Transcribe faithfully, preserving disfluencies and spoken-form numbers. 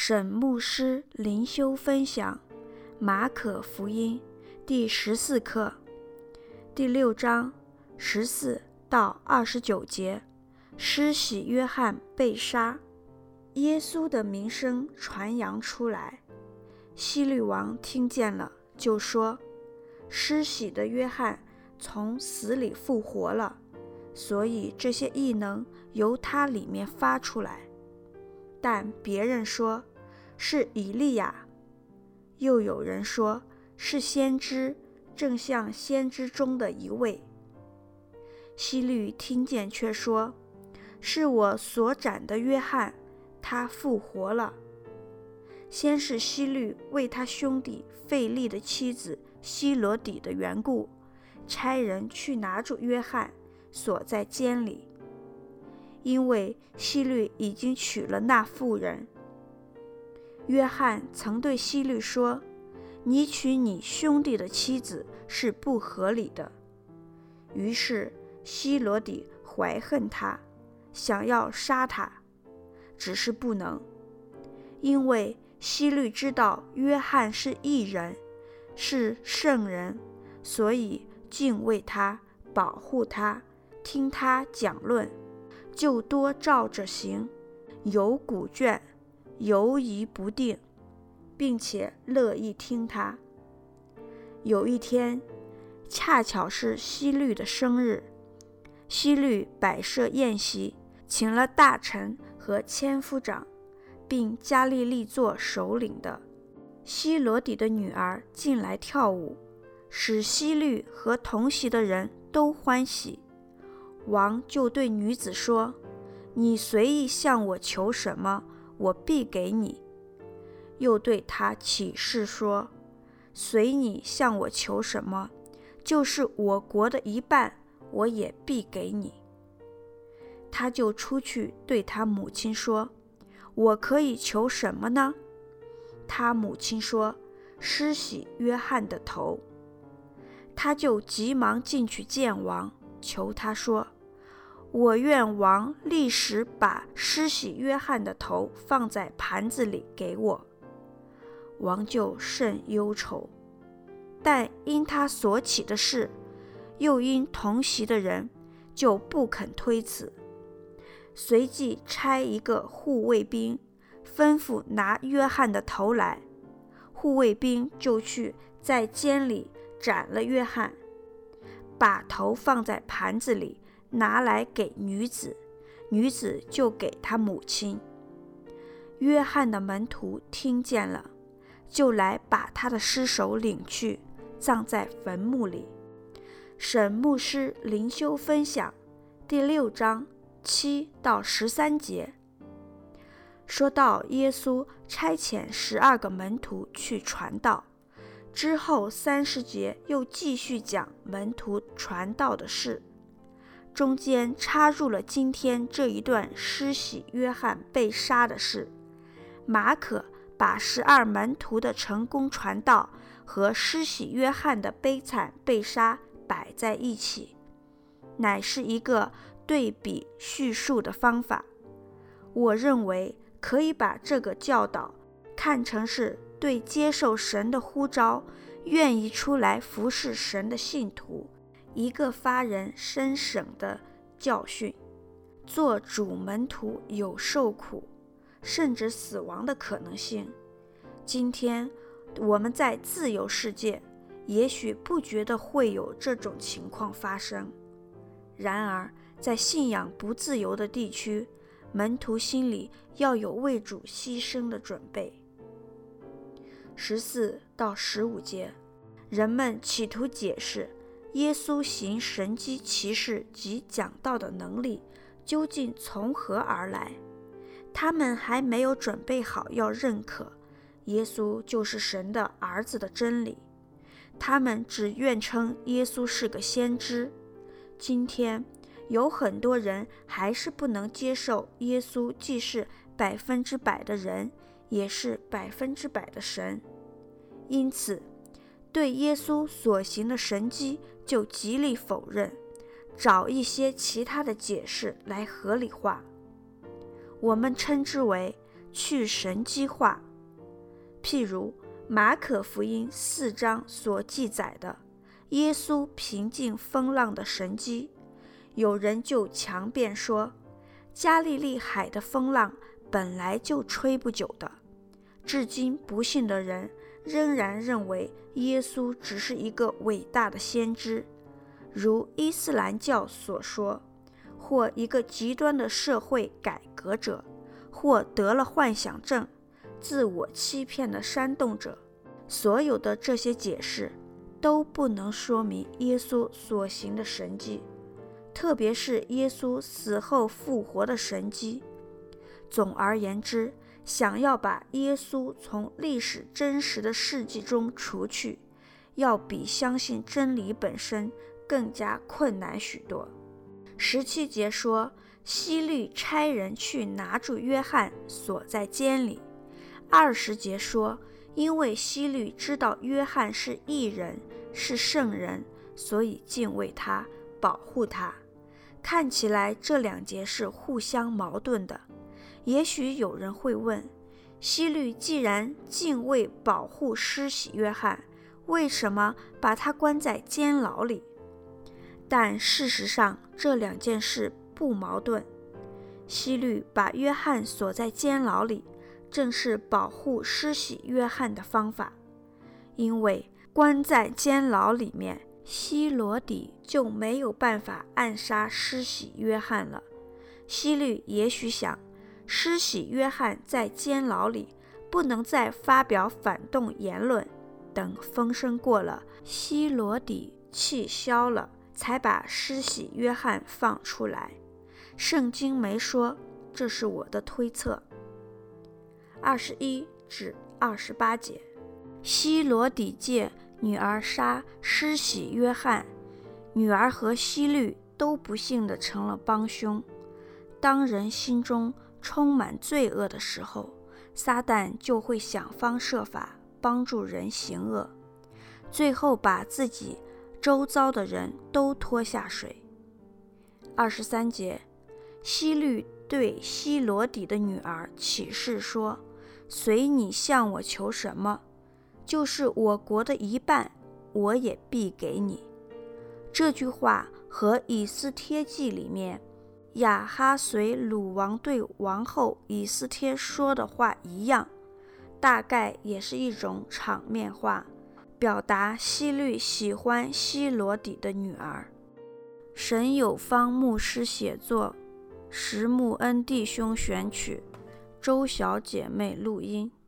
沈牧师灵修分享马可福音第十四课第六章十四到二十九节，施洗约翰被杀。耶稣的名声传扬出来，希律王听见了，就说：施洗的约翰从死里复活了，所以这些异能由他里面发出来。但别人说是以利亚，又有人说是先知，正像先知中的一位。希律听见却说：是我所斩的约翰，他复活了。先是希律为他兄弟费利的妻子希罗底的缘故，差人去拿住约翰，锁在监里，因为希律已经娶了那妇人。约翰曾对希律说：你娶你兄弟的妻子是不合理的。于是希罗底怀恨他，想要杀他，只是不能，因为希律知道约翰是义人，是圣人，所以敬畏他，保护他，听他讲论，就多照着行，有古卷，犹疑不定，并且乐意听他。有一天，恰巧是希律的生日，希律摆设宴席，请了大臣和千夫长，并加利利做首领的希罗底的女儿进来跳舞，使希律和同席的人都欢喜。王就对女子说：你随意向我求什么，我必给你。又对她起誓说：随你向我求什么，就是我国的一半，我也必给你。他就出去对他母亲说：我可以求什么呢？他母亲说：施洗约翰的头。他就急忙进去见王，求他说：我愿王立时把施洗约翰的头放在盘子里给我。王就甚忧愁，但因他所起的事，又因同席的人，就不肯推辞。随即差一个护卫兵，吩咐拿约翰的头来。护卫兵就去在监里斩了约翰，把头放在盘子里，拿来给女子，女子就给她母亲。约翰的门徒听见了，就来把他的尸首领去，葬在坟墓里。沈牧师灵修分享第六章七到十三节，说到耶稣差遣十二个门徒去传道，之后三十节又继续讲门徒传道的事，中间插入了今天这一段施洗约翰被杀的事。马可把十二门徒的成功传道和施洗约翰的悲惨被杀摆在一起，乃是一个对比叙述的方法。我认为可以把这个教导看成是对接受神的呼召，愿意出来服侍神的信徒一个发人深省的教训。做主门徒有受苦，甚至死亡的可能性。今天我们在自由世界，也许不觉得会有这种情况发生，然而在信仰不自由的地区，门徒心里要有为主牺牲的准备。十四到十五节，人们企图解释耶稣行神迹奇事及讲道的能力究竟从何而来。他们还没有准备好要认可耶稣就是神的儿子的真理，他们只愿称耶稣是个先知。今天有很多人还是不能接受耶稣既是百分之百的人，也是百分之百的神，因此对耶稣所行的神迹就极力否认，找一些其他的解释来合理化。我们称之为去神迹化。譬如马可福音四章所记载的耶稣平静风浪的神迹，有人就强辩说，加利利海的风浪本来就吹不久的。至今不信的人仍然认为耶稣只是一个伟大的先知，如伊斯兰教所说，或一个极端的社会改革者，或得了幻想症、自我欺骗的煽动者。所有的这些解释都不能说明耶稣所行的神迹，特别是耶稣死后复活的神迹。总而言之，想要把耶稣从历史真实的事迹中除去，要比相信真理本身更加困难许多。十七节说，希律差人去拿住约翰，锁在监里。二十节说，因为希律知道约翰是义人，是圣人，所以敬畏他，保护他。看起来这两节是互相矛盾的。也许有人会问，希律既然敬畏保护施洗约翰，为什么把他关在监牢里？但事实上这两件事不矛盾。希律把约翰锁在监牢里，正是保护施洗约翰的方法。因为关在监牢里面，希罗底就没有办法暗杀施洗约翰了。希律也许想，施洗约翰在监牢里不能再发表反动言论，等风声过了，希罗底气消了，才把施洗约翰放出来。圣经没说，这是我的推测。二十一至二十八节，希罗底借女儿杀施洗约翰，女儿和希律都不幸地成了帮凶。当人心中充满罪恶的时候，撒旦就会想方设法帮助人行恶，最后把自己周遭的人都拖下水。二十三节，希律对希罗底的女儿起誓说，随你向我求什么，就是我国的一半，我也必给你。这句话和以斯帖记里面亚哈随鲁王对王后以斯帖说的话一样，大概也是一种场面话，表达希律喜欢希罗底的女儿。沈有方牧师写作，石木恩弟兄选曲，周小姐妹录音。